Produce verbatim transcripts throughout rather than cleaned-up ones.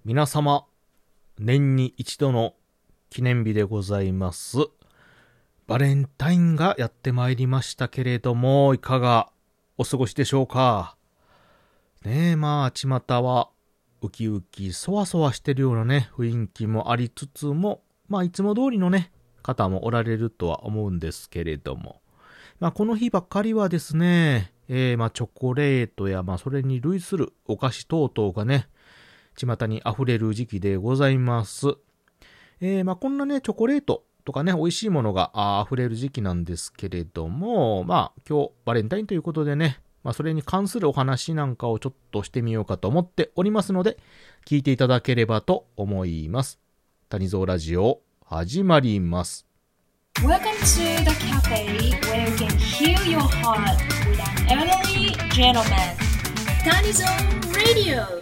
皆様、年に一度の記念日でございます。バレンタインがやってまいりましたけれども、いかがお過ごしでしょうか。ねえ、まあ、巷はウキウキ、そわそわしてるようなね、雰囲気もありつつも、まあ、いつも通りのね、方もおられるとは思うんですけれども、まあ、この日ばっかりはですね、えー、まあ、チョコレートや、まあ、それに類するお菓子等々がね、巷に溢れる時期でございます。えー、まあこんなね、チョコレートとかね、美味しいものが溢れる時期なんですけれども、まあ今日バレンタインということでね、まあそれに関するお話なんかをちょっとしてみようかと思っておりますので、聞いていただければと思います。谷蔵ラジオ始まります。 Welcome to the cafe where you can heal your heart with an elderly gentleman. Tanizon Radio.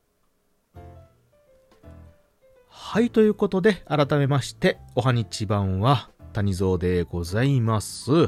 はい、ということで、改めまして、おはにちばんは、谷蔵でございます。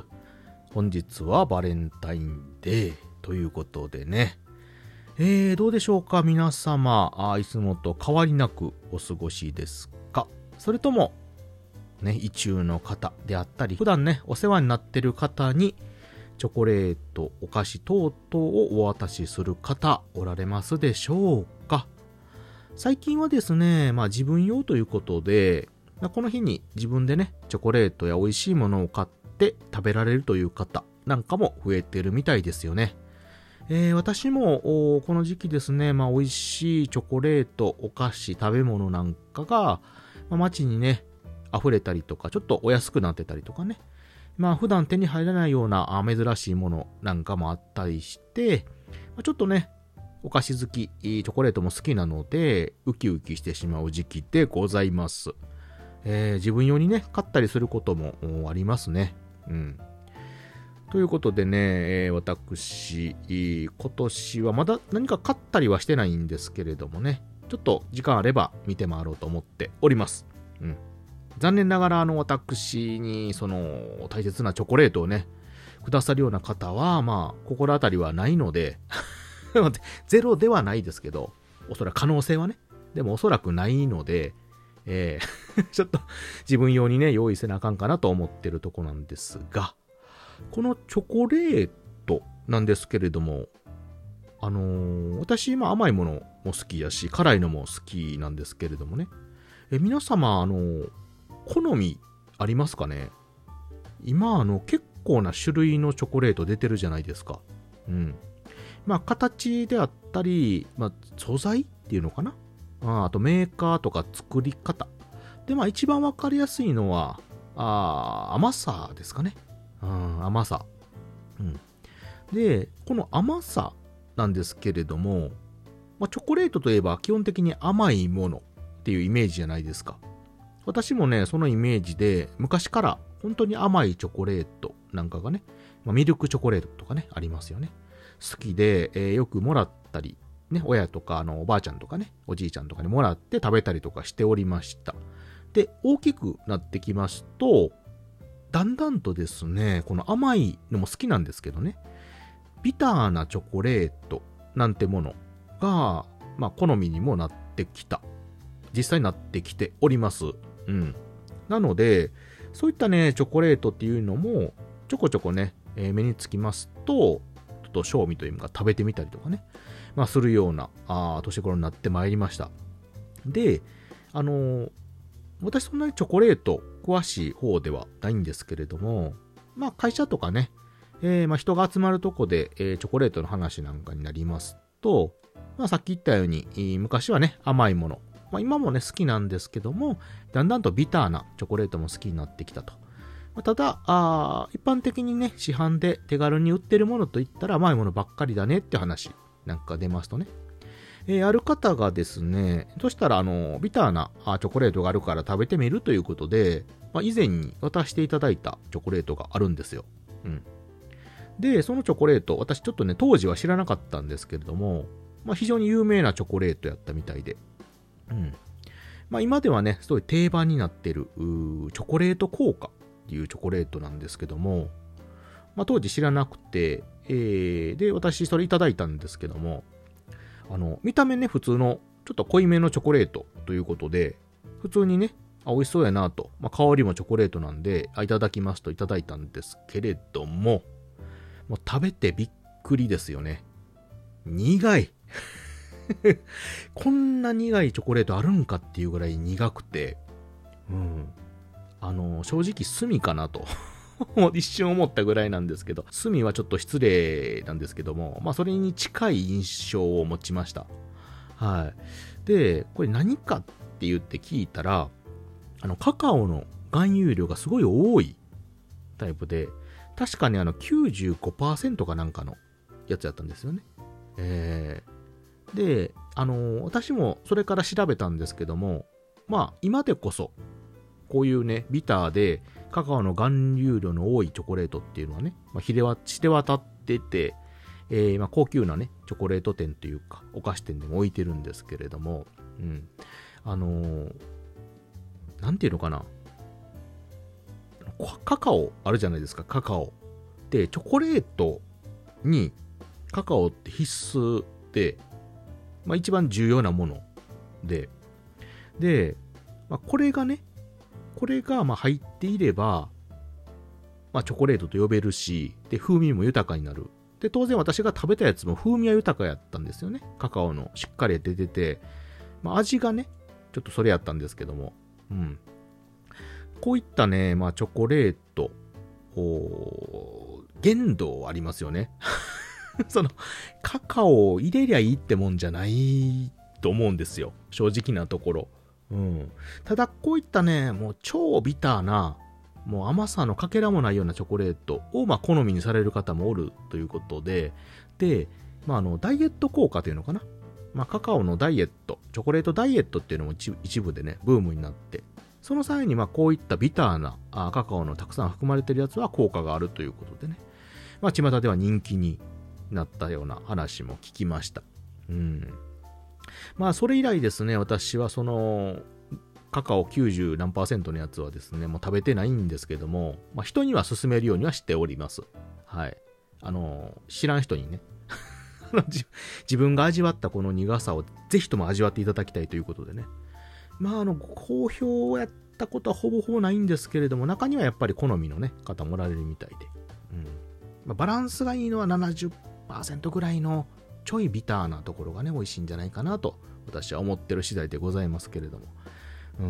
本日はバレンタインデーということでね。えー、どうでしょうか皆様、あいつもと変わりなくお過ごしですか？それとも、ね、意中の方であったり、普段ね、お世話になってる方に、チョコレート、お菓子等々をお渡しする方、おられますでしょうか？最近はですね、まあ自分用ということで、この日に自分でね、チョコレートや美味しいものを買って食べられるという方なんかも増えてるみたいですよね。えー、私もこの時期ですね、まあ美味しいチョコレート、お菓子、食べ物なんかが、まあ、街にね、溢れたりとか、ちょっとお安くなってたりとかね。まあ普段手に入らないような珍しいものなんかもあったりして、ちょっとね、お菓子好き、チョコレートも好きなので、ウキウキしてしまう時期でございます。えー、自分用にね、買ったりすることもありますね。うん。ということでね、えー、私、今年はまだ何か買ったりはしてないんですけれどもね、ちょっと時間あれば見て回ろうと思っております。うん。残念ながら、あの、私に、その、大切なチョコレートをね、くださるような方は、まあ、心当たりはないので、ゼロではないですけど、おそらく可能性はね、でもおそらくないので、えー、ちょっと自分用にね、用意せなあかんかなと思ってるとこなんですが、このチョコレートなんですけれども、あのー、私今甘いものも好きやし、辛いのも好きなんですけれどもね、え皆様、あのー、好みありますかね？今、あの、結構な種類のチョコレート出てるじゃないですか。うん。まあ、形であったり、まあ、素材っていうのかな あ, あとメーカーとか作り方。で、まあ、一番わかりやすいのは、あ甘さですかね。うん、甘さ。うん。で、この甘さなんですけれども、まあ、チョコレートといえば基本的に甘いものっていうイメージじゃないですか。私もね、そのイメージで、昔から本当に甘いチョコレートなんかがね、まあ、ミルクチョコレートとかね、ありますよね。好きで、えー、よくもらったり、ね、親とか、あの、おばあちゃんとかね、おじいちゃんとかにもらって食べたりとかしておりました。で、大きくなってきますと、だんだんとですね、この甘いのも好きなんですけどね、ビターなチョコレートなんてものが、まあ、好みにもなってきた。実際になってきております。うん。なので、そういったね、チョコレートっていうのも、ちょこちょこね、えー、目につきますと、と賞味というか食べてみたりとかね、まあするようなあ年頃になってまいりました。で、あのー、私そんなにチョコレート詳しい方ではないんですけれども、まあ会社とかね、えー、まあ人が集まるとこで、えー、チョコレートの話なんかになりますと、まあさっき言ったように、えー、昔はね甘いもの、まあ今もね好きなんですけども、だんだんとビターなチョコレートも好きになってきたと。ただあ、一般的にね、市販で手軽に売ってるものといったら甘いものばっかりだねって話なんか出ますとね。えー、ある方がですね、そしたらあの、ビターなチョコレートがあるから食べてみるということで、まあ、以前に渡していただいたチョコレートがあるんですよ。うん。で、そのチョコレート、私ちょっとね、当時は知らなかったんですけれども、まあ、非常に有名なチョコレートやったみたいで。うん。まあ、今ではね、すごい定番になってる、チョコレート効果っていうチョコレートなんですけども、まあ、当時知らなくて、えー、で、私それいただいたんですけども、あの、見た目ね、普通のちょっと濃いめのチョコレートということで、普通にね、あ、美味しそうやなと、まあ、香りもチョコレートなんで、あ、いただきますといただいたんですけれども、もう食べてびっくりですよね。苦い。こんな苦いチョコレートあるんかっていうぐらい苦くて、うん。あの、正直炭かなと。一瞬思ったぐらいなんですけど、炭はちょっと失礼なんですけども、まあそれに近い印象を持ちました。はい。で、これ何かって言って聞いたら、あの、カカオの含有量がすごい多いタイプで、確かにあの きゅうじゅうごパーセント かなんかのやつやったんですよね。えー、で、あの、私もそれから調べたんですけども、まあ今でこそ、こういうね、ビターでカカオの含有量の多いチョコレートっていうのはね、まあ、ひれはして渡ってて、えー、まあ高級なね、チョコレート店というか、お菓子店でも置いてるんですけれども、うん。あのー、なんていうのかな。カカオあるじゃないですか、カカオ。で、チョコレートにカカオって必須で、まあ一番重要なもので、で、まあこれがね、これがまあ入っていれば、まあ、チョコレートと呼べるし、で、風味も豊かになる。で、当然私が食べたやつも風味は豊かやったんですよね。カカオのしっかり出てて、まあ、味がね、ちょっとそれやったんですけども、うん。こういったね、まあ、チョコレート、限度ありますよね。その、カカオを入れりゃいいってもんじゃないと思うんですよ。正直なところ。うん、ただこういったね、もう超ビターな、もう甘さのかけらもないようなチョコレートをまあ好みにされる方もおるということで、で、まああのダイエット効果というのかな、まあカカオのダイエット、チョコレートダイエットっていうのも一部でね、ブームになって、その際にまあこういったビターなあカカオのたくさん含まれてるやつは効果があるということでね、まあ巷では人気になったような話も聞きました。うん。まあそれ以来ですね、私はそのカカオきゅうじゅうなんパーセントのやつはですね、もう食べてないんですけども、まあ人には勧めるようにはしております。はい。あの、知らん人にね、自分が味わったこの苦さをぜひとも味わっていただきたいということでね。まああの、好評をやったことはほぼほぼないんですけれども、中にはやっぱり好みのね、方もおられるみたいで。うん。まあ、バランスがいいのは ななじゅっパーセント ぐらいのちょいビターなところがね、美味しいんじゃないかなと、私は思ってる次第でございますけれども。うん。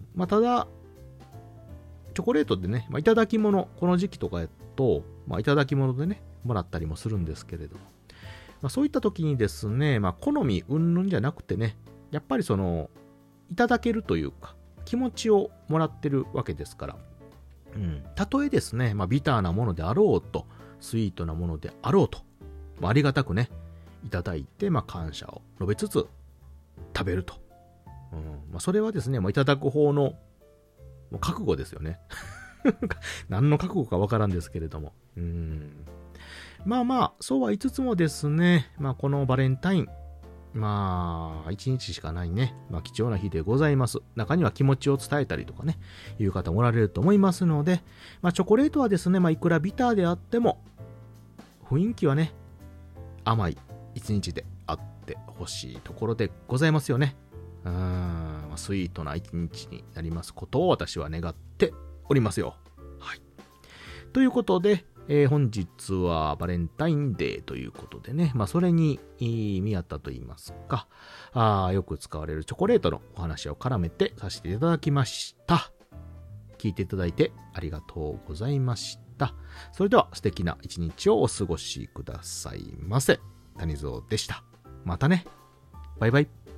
まあ、ただ、チョコレートってね、まあ、いただき物、この時期とかやと、まあ、いただき物でね、もらったりもするんですけれども。まあ、そういった時にですね、まあ、好み云々じゃなくてね、やっぱりその、いただけるというか、気持ちをもらってるわけですから。うん。たとえですね、まあ、ビターなものであろうと、スイートなものであろうと、まあ、ありがたくね、いただいて、まあ、感謝を述べつつ食べると。うんまあ、それはですね、まあ、いただく方のもう覚悟ですよね。何の覚悟かわからんですけれども。うんまあまあ、そうは言いつつもですね、まあ、このバレンタイン、まあ、一日しかないね、まあ、貴重な日でございます。中には気持ちを伝えたりとかね、いう方もおられると思いますので、まあ、チョコレートはですね、まあ、いくらビターであっても、雰囲気はね、甘い一日であってほしいところでございますよね。うーん、スイートな一日になりますことを私は願っておりますよ。はい。ということで、えー、本日はバレンタインデーということでね、まあそれに見合ったと言いますか、あよく使われるチョコレートのお話を絡めてさせていただきました。聞いていただいてありがとうございました。それでは素敵な一日をお過ごしくださいませ。谷蔵でした。またね。バイバイ。